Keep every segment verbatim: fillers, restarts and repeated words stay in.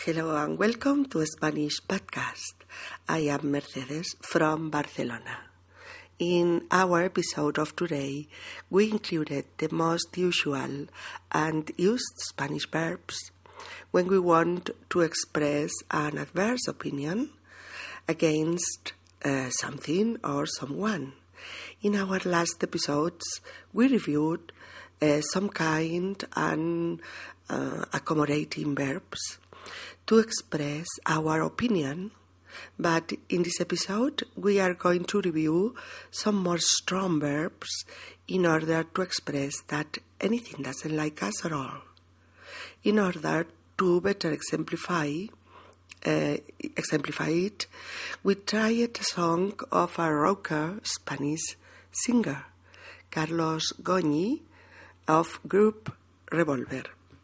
Hello and welcome to Spanish Podcast. I am Mercedes from Barcelona. In our episode of today, we included the most usual and used Spanish verbs when we want to express an adverse opinion against uh, something or someone. In our last episodes, we reviewed uh, some kind and uh, accommodating verbs to express our opinion, but in this episode we are going to review some more strong verbs in order to express that anything doesn't like us at all. In order to better exemplify uh, exemplify it, we tried a song of a rocker Spanish singer, Carlos Goñi, of group Revolver.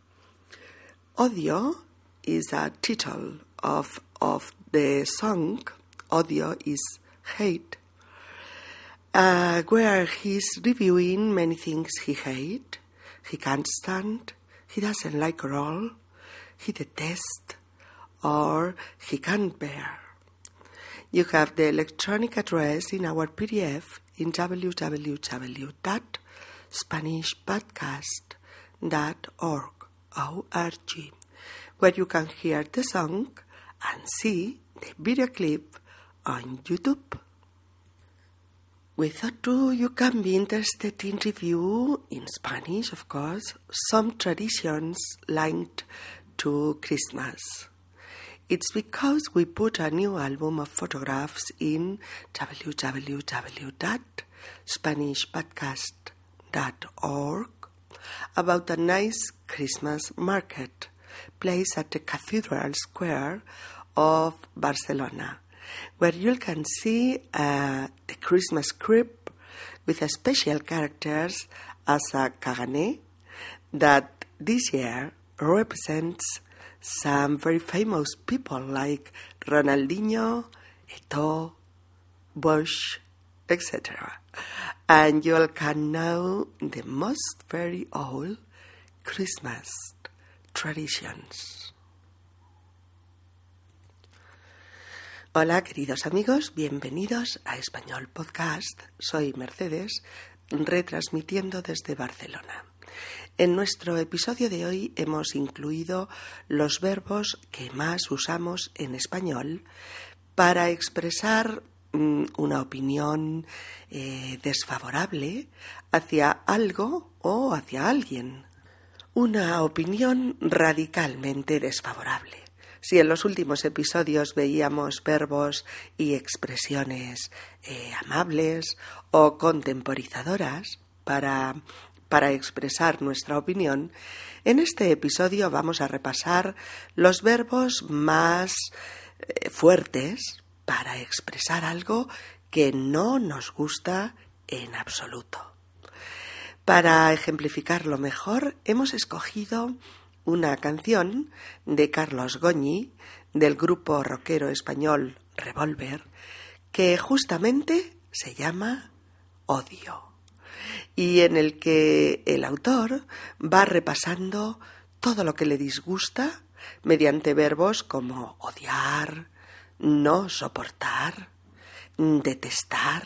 Odio is a title of of the song. Odio is hate, uh, where he's reviewing many things he hates, he can't stand, he doesn't like at all, he detests, or he can't bear. You have the electronic address in our P D F in w w w dot spanish podcast dot org, O R G, where you can hear the song and see the video clip on YouTube. We thought too you can be interested in review, in Spanish of course, some traditions linked to Christmas. It's because we put a new album of photographs in w w w dot spanish podcast dot org about a nice Christmas market place at the Cathedral Square of Barcelona, where you can see uh, the Christmas crib with a special characters as a caganer that this year represents some very famous people like Ronaldinho, Eto'o, Bush, et cetera. And you all can know the most very old Christmas traditions. Hola queridos amigos, bienvenidos a Español Podcast. Soy Mercedes, retransmitiendo desde Barcelona. En nuestro episodio de hoy hemos incluido los verbos que más usamos en español para expresar mm, una opinión eh, desfavorable hacia algo o hacia alguien. Una opinión radicalmente desfavorable. Si en los últimos episodios veíamos verbos y expresiones eh, amables o contemporizadoras para, para expresar nuestra opinión, en este episodio vamos a repasar los verbos más eh, fuertes para expresar algo que no nos gusta en absoluto. Para ejemplificarlo mejor, hemos escogido una canción de Carlos Goñi, del grupo rockero español Revolver, que justamente se llama Odio, y en el que el autor va repasando todo lo que le disgusta mediante verbos como odiar, no soportar, detestar,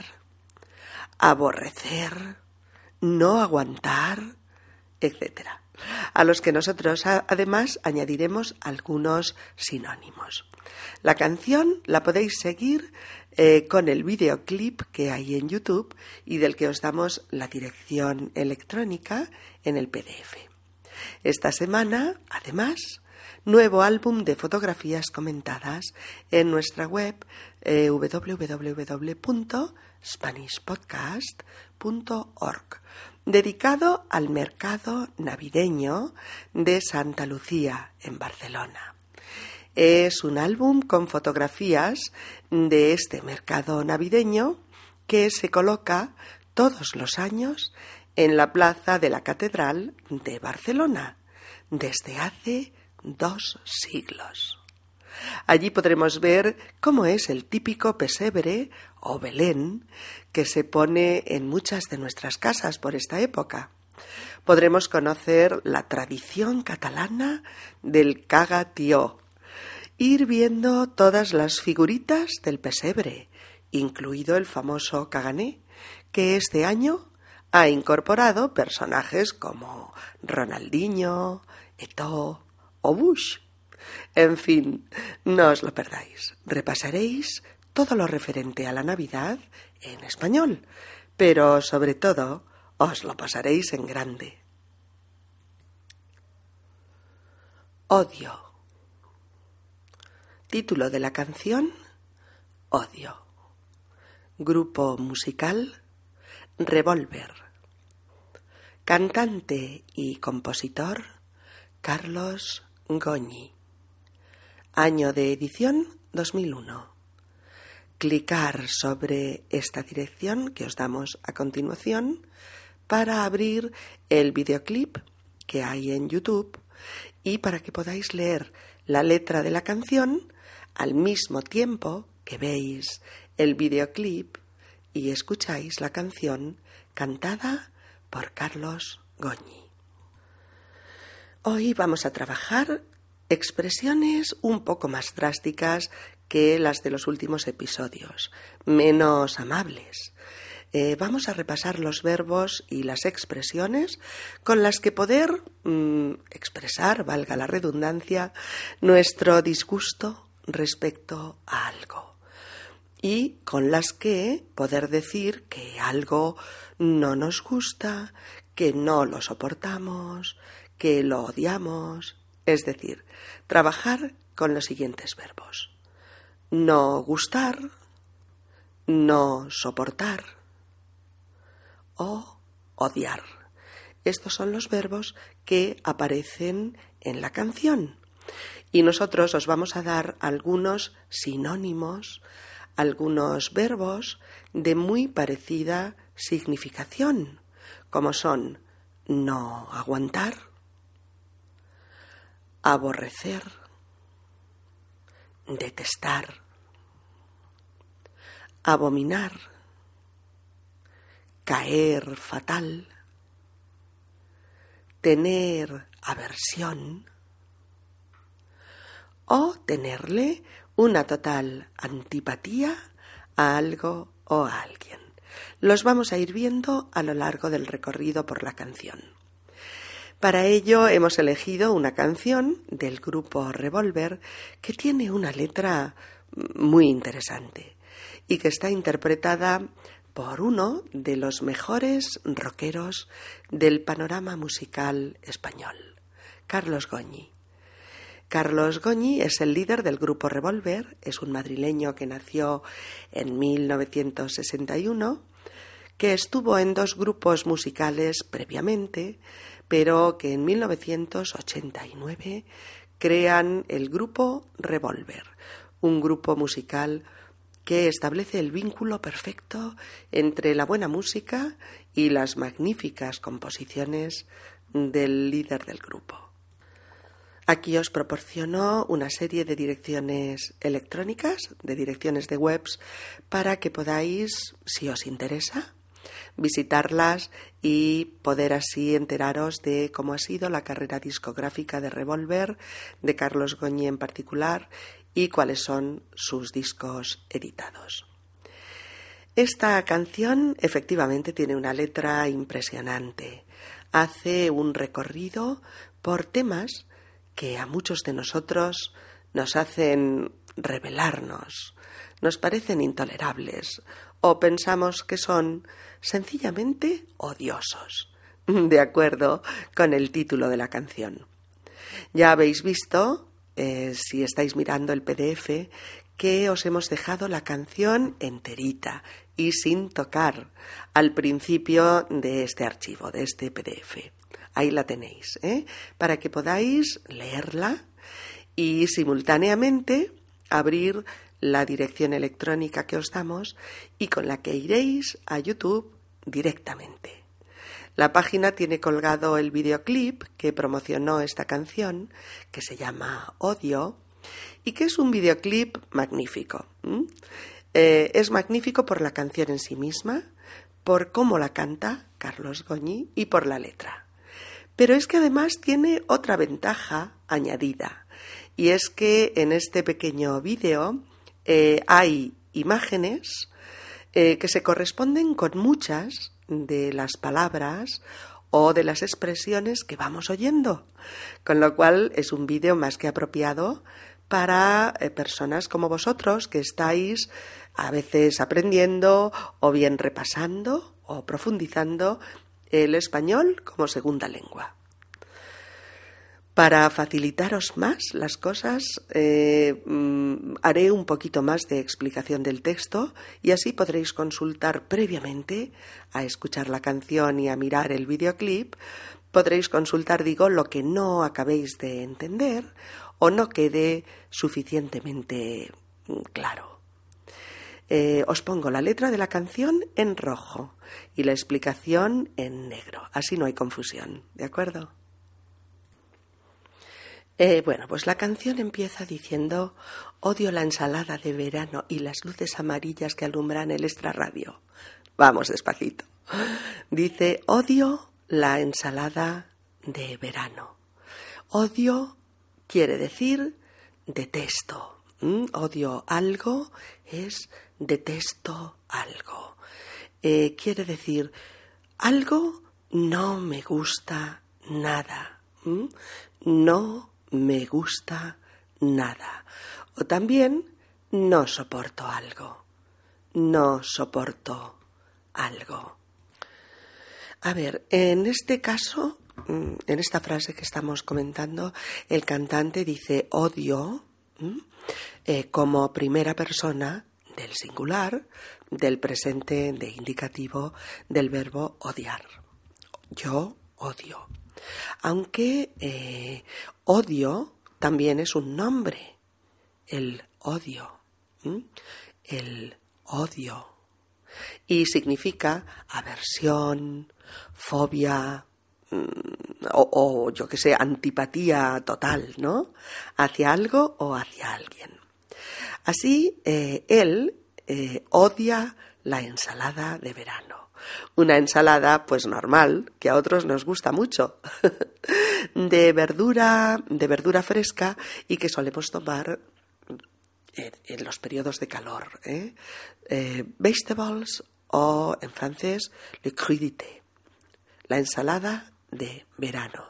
aborrecer, no aguantar, etcétera, a los que nosotros además añadiremos algunos sinónimos. La canción la podéis seguir eh, con el videoclip que hay en YouTube y del que os damos la dirección electrónica en el P D F. Esta semana, además, nuevo álbum de fotografías comentadas en nuestra web eh, w w w punto spanish podcast punto org, dedicado al mercado navideño de Santa Lucía, en Barcelona. Es un álbum con fotografías de este mercado navideño que se coloca todos los años en la plaza de la Catedral de Barcelona, desde hace dos siglos. Allí podremos ver cómo es el típico pesebre o Belén que se pone en muchas de nuestras casas por esta época. Podremos conocer la tradición catalana del caga tió, ir viendo todas las figuritas del pesebre, incluido el famoso Kagané, que este año ha incorporado personajes como Ronaldinho, Eto'o o Bush. En fin, no os lo perdáis. Repasaréis todo lo referente a la Navidad en español, pero sobre todo os lo pasaréis en grande. Odio. Título de la canción: Odio. Grupo musical: Revolver. Cantante y compositor: Carlos Goñi. Año de edición: dos mil uno. Clicar sobre esta dirección que os damos a continuación para abrir el videoclip que hay en YouTube y para que podáis leer la letra de la canción al mismo tiempo que veis el videoclip y escucháis la canción cantada por Carlos Goñi. Hoy vamos a trabajar expresiones un poco más drásticas que las de los últimos episodios, menos amables. Eh, vamos a repasar los verbos y las expresiones con las que poder mmm, expresar, valga la redundancia, nuestro disgusto respecto a algo y con las que poder decir que algo no nos gusta, que no lo soportamos, que lo odiamos. Es decir, trabajar con los siguientes verbos: no gustar, no soportar o odiar. Estos son los verbos que aparecen en la canción y nosotros os vamos a dar algunos sinónimos, algunos verbos de muy parecida significación, como son no aguantar, aborrecer, detestar, abominar, caer fatal, tener aversión o tenerle una total antipatía a algo o a alguien. Los vamos a ir viendo a lo largo del recorrido por la canción. Para ello hemos elegido una canción del grupo Revolver que tiene una letra muy interesante y que está interpretada por uno de los mejores rockeros del panorama musical español, Carlos Goñi. Carlos Goñi es el líder del grupo Revolver, es un madrileño que nació en mil novecientos sesenta y uno, que estuvo en dos grupos musicales previamente, pero que en mil novecientos ochenta y nueve crean el grupo Revolver, un grupo musical que establece el vínculo perfecto entre la buena música y las magníficas composiciones del líder del grupo. Aquí os proporciono una serie de direcciones electrónicas, de direcciones de webs, para que podáis, si os interesa, visitarlas y poder así enteraros de cómo ha sido la carrera discográfica de Revolver, de Carlos Goñi en particular, y cuáles son sus discos editados. Esta canción efectivamente tiene una letra impresionante. Hace un recorrido por temas que a muchos de nosotros nos hacen rebelarnos, nos parecen intolerables o pensamos que son sencillamente odiosos, de acuerdo con el título de la canción. Ya habéis visto, eh, si estáis mirando el P D F, que os hemos dejado la canción enterita y sin tocar al principio de este archivo, de este P D F. Ahí la tenéis, ¿eh? Para que podáis leerla y simultáneamente abrir la dirección electrónica que os damos y con la que iréis a YouTube directamente. La página tiene colgado el videoclip que promocionó esta canción, que se llama Odio, y que es un videoclip magnífico. ¿Mm? Eh, es magnífico por la canción en sí misma, por cómo la canta Carlos Goñi y por la letra. Pero es que además tiene otra ventaja añadida, Y es que en este pequeño vídeo eh, hay imágenes eh, que se corresponden con muchas de las palabras o de las expresiones que vamos oyendo, con lo cual es un vídeo más que apropiado para eh, personas como vosotros que estáis a veces aprendiendo o bien repasando o profundizando el español como segunda lengua. Para facilitaros más las cosas, eh, haré un poquito más de explicación del texto y así podréis consultar previamente a escuchar la canción y a mirar el videoclip. Podréis consultar, digo, lo que no acabéis de entender o no quede suficientemente claro. Eh, os pongo la letra de la canción en rojo y la explicación en negro. Así no hay confusión, ¿de acuerdo? Eh, bueno, pues la canción empieza diciendo: odio la ensalada de verano y las luces amarillas que alumbran el extrarradio. Vamos despacito. Dice: odio la ensalada de verano. Odio quiere decir detesto. ¿Mm? Odio algo es detesto algo. Eh, quiere decir algo no me gusta nada. ¿Mm? No me gusta nada. O también no soporto algo. No soporto algo. A ver, en este caso, en esta frase que estamos comentando, el cantante dice odio eh, como primera persona del singular, del presente de indicativo del verbo odiar. Yo odio. Aunque eh, odio también es un nombre, el odio, ¿m? el odio, y significa aversión, fobia o, o yo que sé, antipatía total, ¿no? Hacia algo o hacia alguien. Así, eh, él eh, odia la ensalada de verano. Una ensalada, pues normal, que a otros nos gusta mucho, de verdura, de verdura fresca y que solemos tomar en, en los periodos de calor, ¿eh? Eh, vegetables o, en francés, le crudité, la ensalada de verano.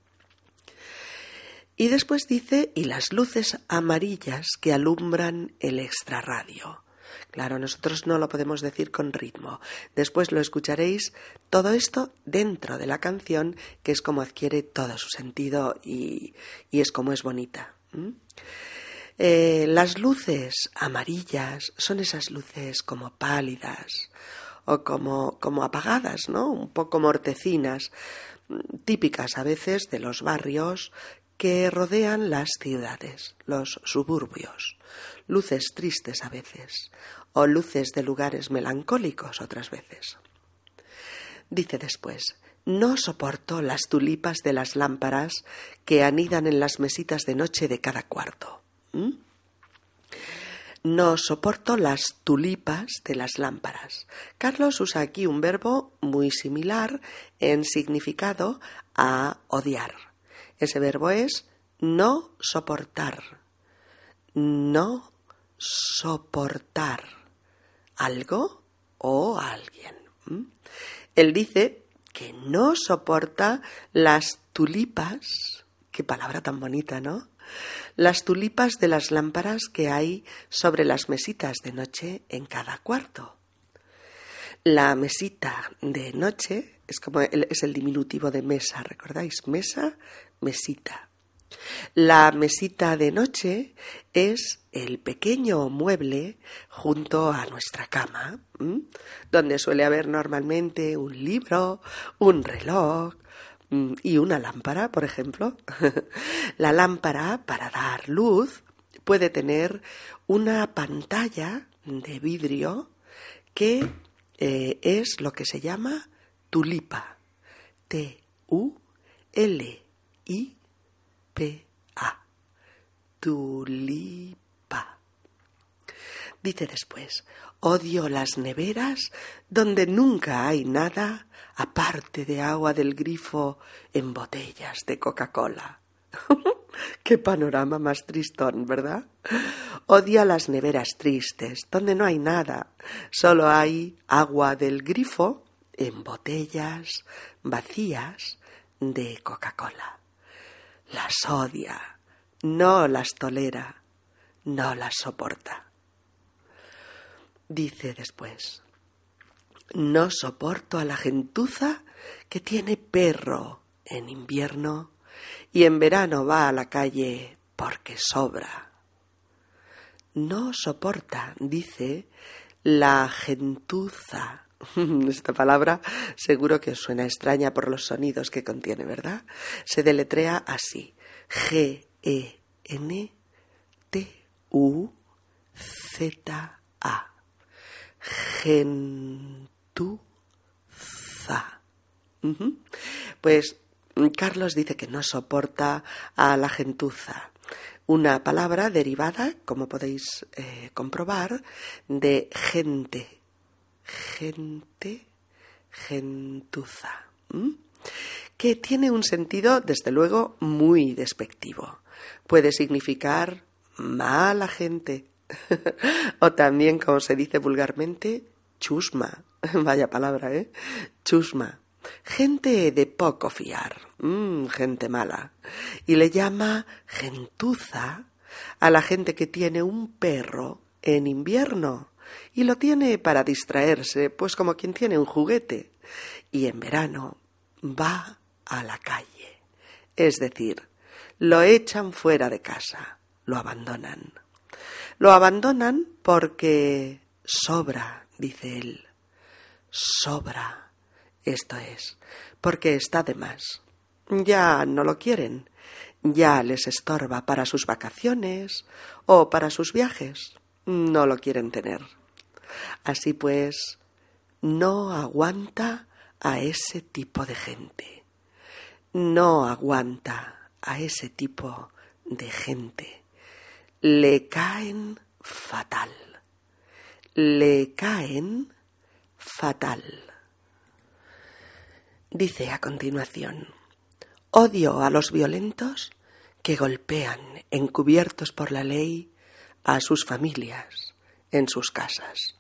Y después dice, y las luces amarillas que alumbran el extrarradio. Claro, nosotros no lo podemos decir con ritmo. Después lo escucharéis todo esto dentro de la canción, que es como adquiere todo su sentido y, y es como es bonita. ¿Mm? Eh, las luces amarillas son esas luces como pálidas o como, como apagadas, ¿no? Un poco mortecinas, típicas a veces de los barrios que rodean las ciudades, los suburbios, luces tristes a veces, o luces de lugares melancólicos otras veces. Dice después, no soporto las tulipas de las lámparas que anidan en las mesitas de noche de cada cuarto. ¿Mm? No soporto las tulipas de las lámparas. Carlos usa aquí un verbo muy similar en significado a odiar. Ese verbo es no soportar. No soportar algo o a alguien. ¿Mm? Él dice que no soporta las tulipas, qué palabra tan bonita, ¿no? Las tulipas de las lámparas que hay sobre las mesitas de noche en cada cuarto. La mesita de noche es como el, es el diminutivo de mesa, ¿recordáis? Mesa, mesita. La mesita de noche es el pequeño mueble junto a nuestra cama, ¿m? donde suele haber normalmente un libro, un reloj m, y una lámpara, por ejemplo. La lámpara, para dar luz, puede tener una pantalla de vidrio que eh, es lo que se llama tulipa. T U L I P A. Tulipa. Dice después, odio las neveras donde nunca hay nada aparte de agua del grifo en botellas de Coca-Cola. Qué panorama más tristón, ¿verdad? Odia las neveras tristes, donde no hay nada. Solo hay agua del grifo en botellas vacías de Coca-Cola. Las odia, no las tolera, no las soporta. Dice después: no soporto a la gentuza que tiene perro en invierno y en verano va a la calle porque sobra. No soporta, dice, la gentuza. Esta palabra seguro que os suena extraña por los sonidos que contiene, ¿verdad? Se deletrea así: G E N T U Z A. Gentuza. Uh-huh. Pues Carlos dice que no soporta a la gentuza, una palabra derivada, como podéis eh, comprobar, de gente, gente, gentuza, ¿Mm? que tiene un sentido, desde luego, muy despectivo. Puede significar mala gente, o también, como se dice vulgarmente, chusma. Vaya palabra, ¿eh? Chusma. Gente de poco fiar, mm, gente mala. Y le llama gentuza a la gente que tiene un perro en invierno y lo tiene para distraerse, pues como quien tiene un juguete. Y en verano va a la calle. Es decir, lo echan fuera de casa, lo abandonan. Lo abandonan porque sobra, dice él. Sobra. Esto es, porque está de más. Ya no lo quieren, ya les estorba para sus vacaciones o para sus viajes. No lo quieren tener. Así pues, no aguanta a ese tipo de gente. No aguanta a ese tipo de gente. Le caen fatal. Le caen fatal. Dice a continuación: odio a los violentos que golpean, encubiertos por la ley, a sus familias en sus casas.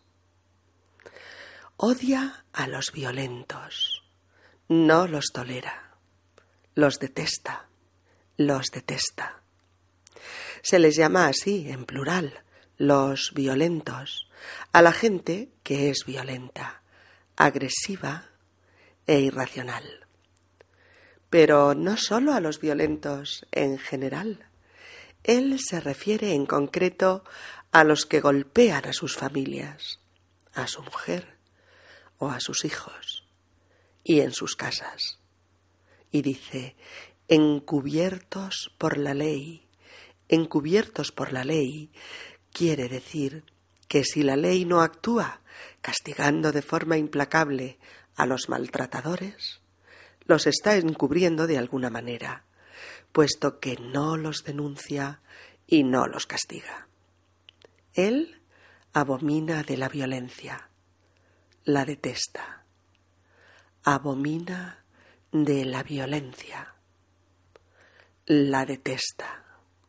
Odia a los violentos, no los tolera, los detesta, los detesta. Se les llama así, en plural, los violentos, a la gente que es violenta, agresiva e irracional. Pero no solo a los violentos en general. Él se refiere en concreto a los que golpean a sus familias, a su mujer o a sus hijos, y en sus casas. Y dice: encubiertos por la ley. Encubiertos por la ley quiere decir que si la ley no actúa castigando de forma implacable a los maltratadores, los está encubriendo de alguna manera, puesto que no los denuncia y no los castiga. Él abomina de la violencia, la detesta. Abomina de la violencia, la detesta.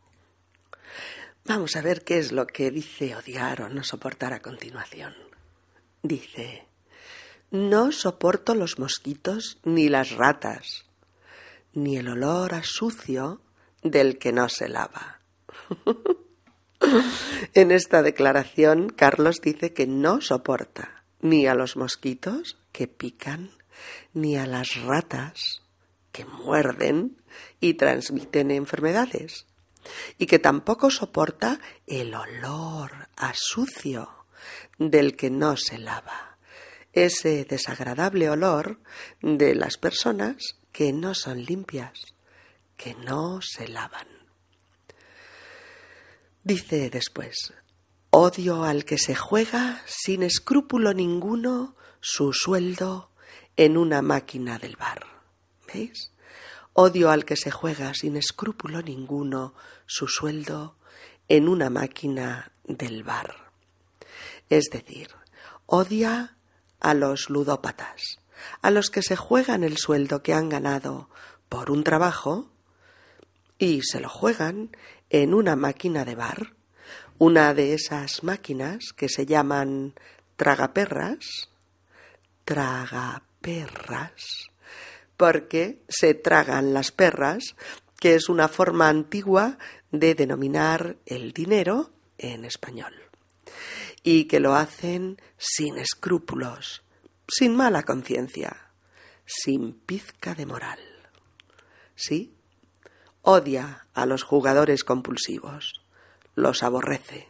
Vamos a ver qué es lo que dice odiar o no soportar a continuación. Dice: no soporto los mosquitos ni las ratas, ni el olor a sucio del que no se lava. En esta declaración, Carlos dice que no soporta ni a los mosquitos que pican, ni a las ratas que muerden y transmiten enfermedades, y que tampoco soporta el olor a sucio del que no se lava. Ese desagradable olor de las personas que no son limpias, que no se lavan. Dice después: odio al que se juega sin escrúpulo ninguno su sueldo en una máquina del bar. ¿Veis? Odio al que se juega sin escrúpulo ninguno su sueldo en una máquina del bar. Es decir, odia a los ludópatas, a los que se juegan el sueldo que han ganado por un trabajo y se lo juegan en una máquina de bar, una de esas máquinas que se llaman tragaperras, tragaperras, porque se tragan las perras, que es una forma antigua de denominar el dinero en español, y que lo hacen sin escrúpulos, sin mala conciencia, sin pizca de moral. ¿Sí? Odia a los jugadores compulsivos, los aborrece.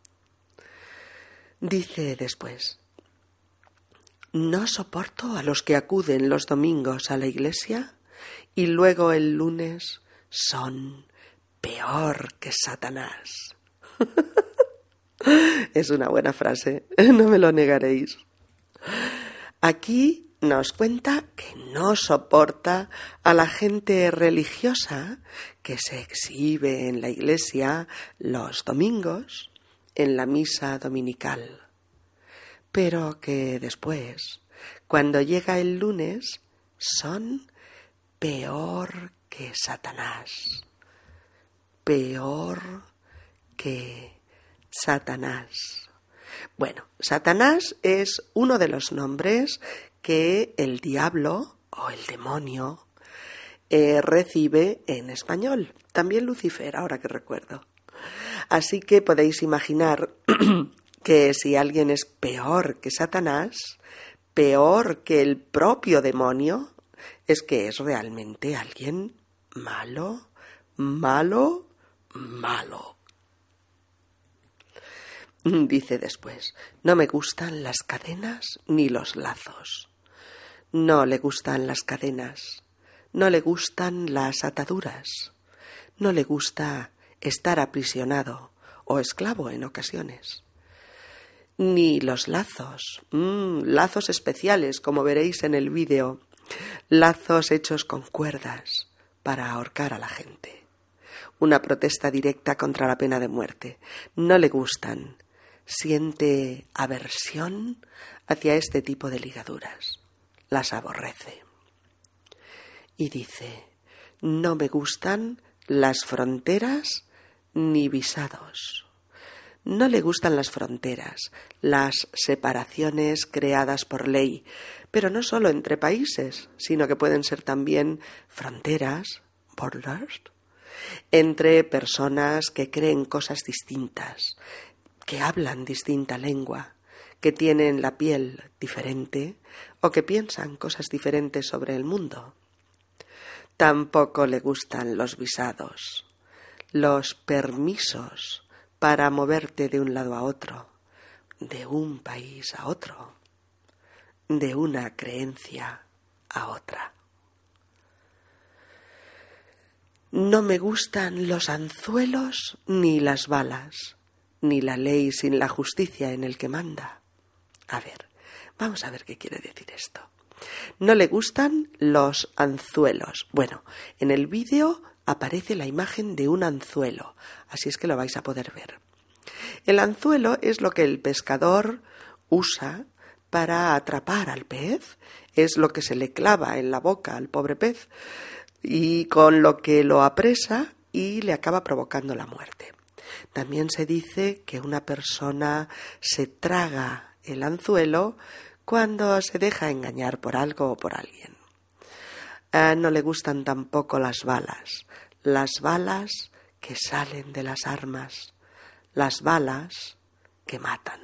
Dice después: no soporto a los que acuden los domingos a la iglesia y luego el lunes son peor que Satanás. Es una buena frase, no me lo negaréis. Aquí nos cuenta que no soporta a la gente religiosa que se exhibe en la iglesia los domingos en la misa dominical, pero que después, cuando llega el lunes, son peor que Satanás. Peor que Satanás. Bueno, Satanás es uno de los nombres que el diablo o el demonio eh, recibe en español. También Lucifer, ahora que recuerdo. Así que podéis imaginar que si alguien es peor que Satanás, peor que el propio demonio, es que es realmente alguien malo, malo, malo. Dice después: no me gustan las cadenas ni los lazos. No le gustan las cadenas, no le gustan las ataduras, no le gusta estar aprisionado o esclavo en ocasiones. Ni los lazos, mmm, lazos especiales, como veréis en el vídeo, lazos hechos con cuerdas para ahorcar a la gente. Una protesta directa contra la pena de muerte. No le gustan. Siente aversión hacia este tipo de ligaduras. Las aborrece. Y dice: no me gustan las fronteras ni visados. No le gustan las fronteras, las separaciones creadas por ley, pero no solo entre países, sino que pueden ser también fronteras, borders, entre personas que creen cosas distintas, que hablan distinta lengua, que tienen la piel diferente o que piensan cosas diferentes sobre el mundo. Tampoco le gustan los visados, los permisos para moverte de un lado a otro, de un país a otro, de una creencia a otra. No me gustan los anzuelos ni las balas, ni la ley sin la justicia en el que manda. A ver, vamos a ver qué quiere decir esto. No le gustan los anzuelos. Bueno, en el vídeo aparece la imagen de un anzuelo, así es que lo vais a poder ver. El anzuelo es lo que el pescador usa para atrapar al pez, es lo que se le clava en la boca al pobre pez y con lo que lo apresa y le acaba provocando la muerte. También se dice que una persona se traga el anzuelo cuando se deja engañar por algo o por alguien. Eh, no le gustan tampoco las balas, las balas que salen de las armas, las balas que matan.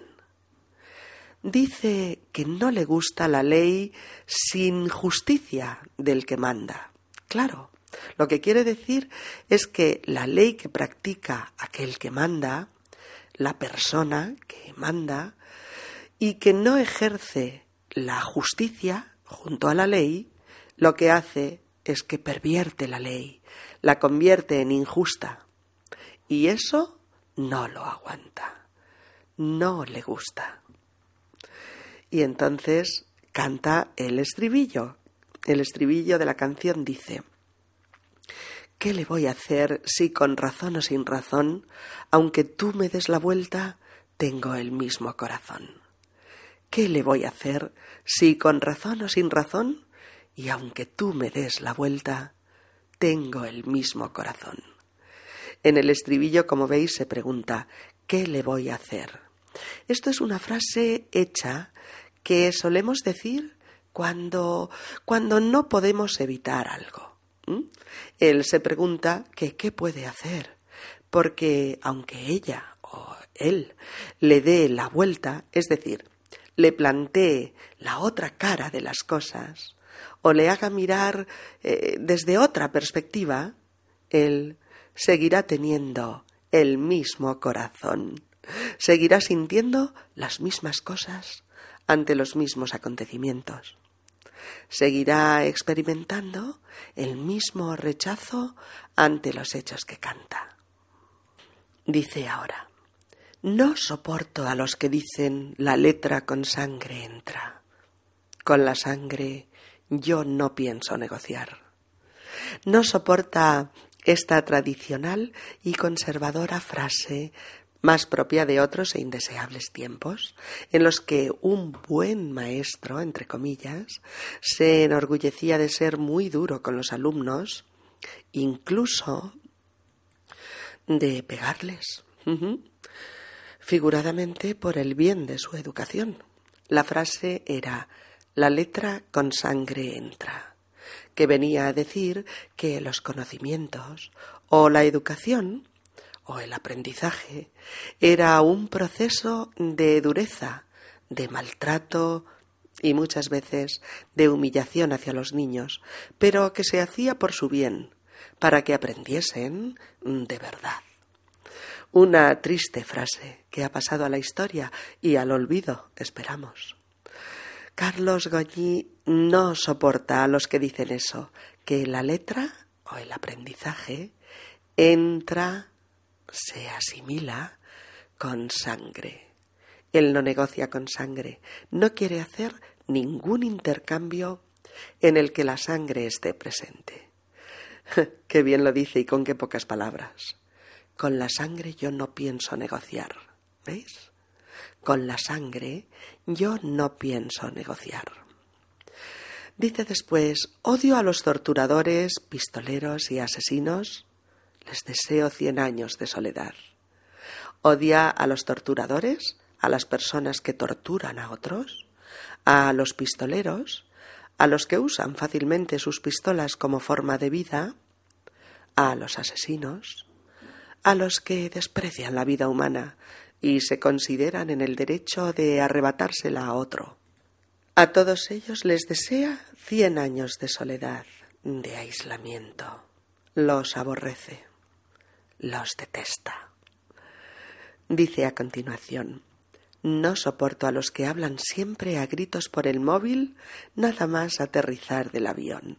Dice que no le gusta la ley sin justicia del que manda. Claro, lo que quiere decir es que la ley que practica aquel que manda, la persona que manda, y que no ejerce la justicia junto a la ley, lo que hace es que pervierte la ley, la convierte en injusta. Y eso no lo aguanta, no le gusta. Y entonces canta el estribillo. El estribillo de la canción dice: ¿qué le voy a hacer si con razón o sin razón, aunque tú me des la vuelta, tengo el mismo corazón? ¿Qué le voy a hacer si con razón o sin razón, y aunque tú me des la vuelta, tengo el mismo corazón? En el estribillo, como veis, se pregunta ¿qué le voy a hacer? Esto es una frase hecha que solemos decir cuando, cuando no podemos evitar algo. ¿Mm? Él se pregunta que qué puede hacer, porque aunque ella o él le dé la vuelta, es decir, le plantee la otra cara de las cosas o le haga mirar eh, desde otra perspectiva, él seguirá teniendo el mismo corazón, seguirá sintiendo las mismas cosas ante los mismos acontecimientos, seguirá experimentando el mismo rechazo ante los hechos que canta. Dice ahora: no soporto a los que dicen la letra con sangre entra. Con la sangre yo no pienso negociar. No soporta esta tradicional y conservadora frase, más propia de otros e indeseables tiempos, en los que un buen maestro, entre comillas, se enorgullecía de ser muy duro con los alumnos, incluso de pegarles, uh-huh. figuradamente por el bien de su educación. La frase era: la letra con sangre entra, que venía a decir que los conocimientos o la educación o el aprendizaje era un proceso de dureza, de maltrato y muchas veces de humillación hacia los niños, pero que se hacía por su bien, para que aprendiesen de verdad. Una triste frase que ha pasado a la historia y al olvido, esperamos. Carlos Goñi no soporta a los que dicen eso, que la letra o el aprendizaje entra, se asimila con sangre. Él no negocia con sangre, no quiere hacer ningún intercambio en el que la sangre esté presente. Qué bien lo dice y con qué pocas palabras. Con la sangre yo no pienso negociar, ¿veis? Con la sangre yo no pienso negociar. Dice después: odio a los torturadores, pistoleros y asesinos. Les deseo cien años de soledad. Odia a los torturadores, a las personas que torturan a otros, a los pistoleros, a los que usan fácilmente sus pistolas como forma de vida, a los asesinos, a los que desprecian la vida humana y se consideran en el derecho de arrebatársela a otro. A todos ellos les desea cien años de soledad, de aislamiento. Los aborrece, los detesta. Dice a continuación: no soporto a los que hablan siempre a gritos por el móvil, nada más aterrizar del avión.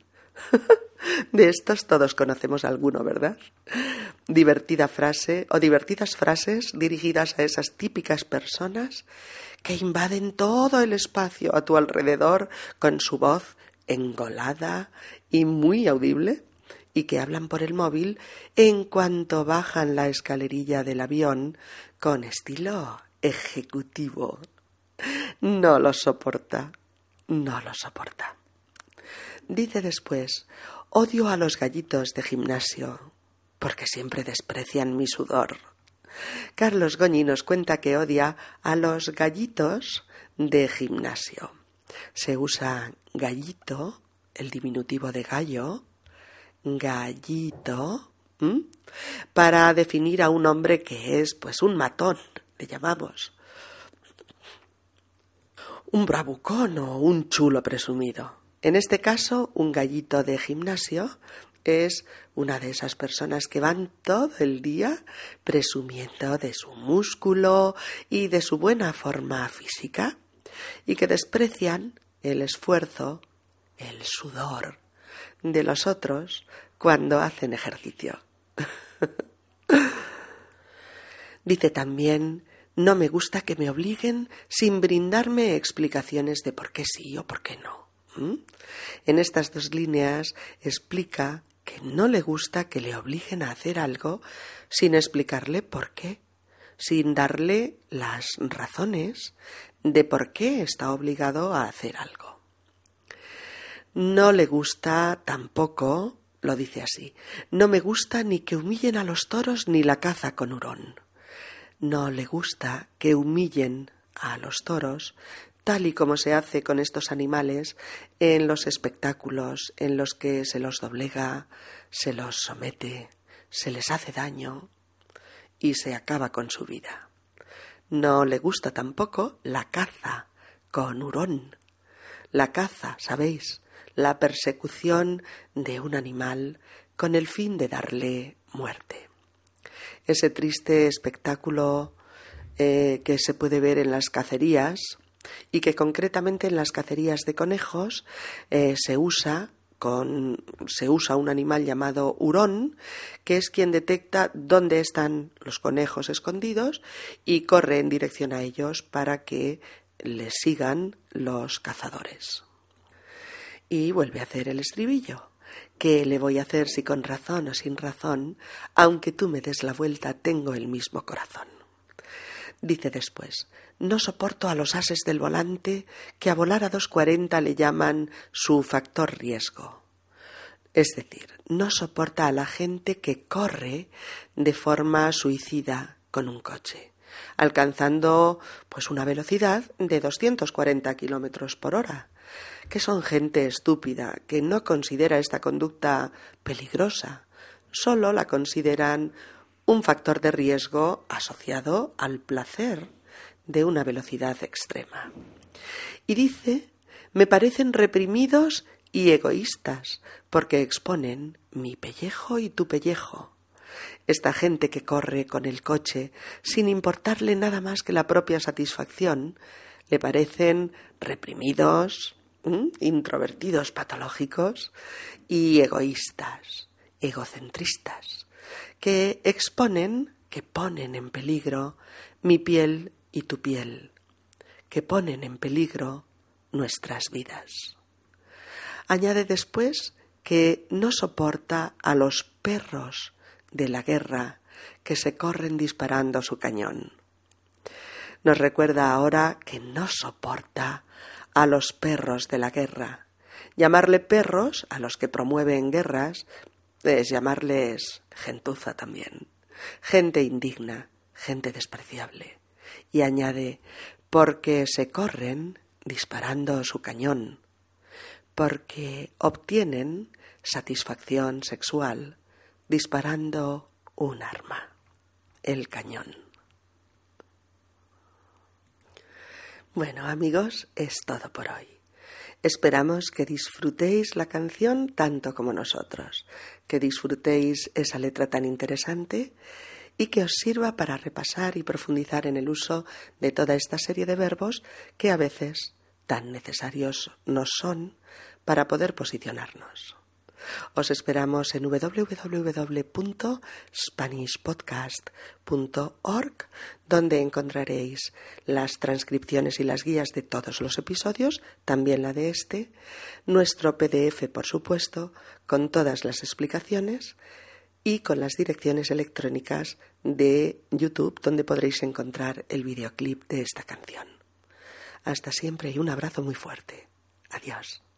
De estos todos conocemos alguno, ¿verdad? Divertida frase o divertidas frases dirigidas a esas típicas personas que invaden todo el espacio a tu alrededor con su voz engolada y muy audible y que hablan por el móvil en cuanto bajan la escalerilla del avión con estilo ejecutivo. No lo soporta, no lo soporta. Dice después: odio a los gallitos de gimnasio, porque siempre desprecian mi sudor. Carlos Goñi nos cuenta que odia a los gallitos de gimnasio. Se usa gallito, el diminutivo de gallo, gallito, ¿m? para definir a un hombre que es, pues, un matón, le llamamos. Un bravucón o un chulo presumido. En este caso, un gallito de gimnasio es una de esas personas que van todo el día presumiendo de su músculo y de su buena forma física y que desprecian el esfuerzo, el sudor de los otros cuando hacen ejercicio. Dice también: no me gusta que me obliguen sin brindarme explicaciones de por qué sí o por qué no. ¿Mm? En estas dos líneas explica que no le gusta que le obliguen a hacer algo sin explicarle por qué, sin darle las razones de por qué está obligado a hacer algo. No le gusta tampoco lo dice así: no me gusta ni que humillen a los toros ni la caza con hurón. No le gusta que humillen a los toros, tal y como se hace con estos animales en los espectáculos en los que se los doblega, se los somete, se les hace daño y se acaba con su vida. No le gusta tampoco la caza con hurón. La caza, ¿sabéis? La persecución de un animal con el fin de darle muerte. Ese triste espectáculo eh, que se puede ver en las cacerías y que concretamente en las cacerías de conejos eh, se usa con se usa un animal llamado hurón, que es quien detecta dónde están los conejos escondidos y corre en dirección a ellos para que les sigan los cazadores. Y vuelve a hacer el estribillo. ¿Qué le voy a hacer si con razón o sin razón, aunque tú me des la vuelta, tengo el mismo corazón? Dice después: no soporto a los ases del volante que a volar a dos cuarenta le llaman su factor riesgo. Es decir, no soporta a la gente que corre de forma suicida con un coche, alcanzando pues una velocidad de doscientos cuarenta kilómetros por hora, que son gente estúpida, que no considera esta conducta peligrosa, solo la consideran un factor de riesgo asociado al placer de una velocidad extrema. Y dice: me parecen reprimidos y egoístas, porque exponen mi pellejo y tu pellejo. Esta gente que corre con el coche sin importarle nada más que la propia satisfacción, le parecen reprimidos, ¿m? introvertidos patológicos y egoístas, egocentristas, que exponen, que ponen en peligro mi piel y tu piel, que ponen en peligro nuestras vidas. Añade después que no soporta a los perros de la guerra que se corren disparando su cañón. Nos recuerda ahora que no soporta a los perros de la guerra. Llamarle perros a los que promueven guerras es llamarles gentuza también, gente indigna, gente despreciable. Y añade: porque se corren disparando su cañón, porque obtienen satisfacción sexual disparando un arma, el cañón. Bueno, amigos, es todo por hoy. Esperamos que disfrutéis la canción tanto como nosotros, que disfrutéis esa letra tan interesante y que os sirva para repasar y profundizar en el uso de toda esta serie de verbos que a veces tan necesarios nos son para poder posicionarnos. Os esperamos en doble u doble u doble u punto spanish podcast punto org, donde encontraréis las transcripciones y las guías de todos los episodios, también la de este, nuestro P D F, por supuesto, con todas las explicaciones y con las direcciones electrónicas de YouTube, donde podréis encontrar el videoclip de esta canción. Hasta siempre y un abrazo muy fuerte. Adiós.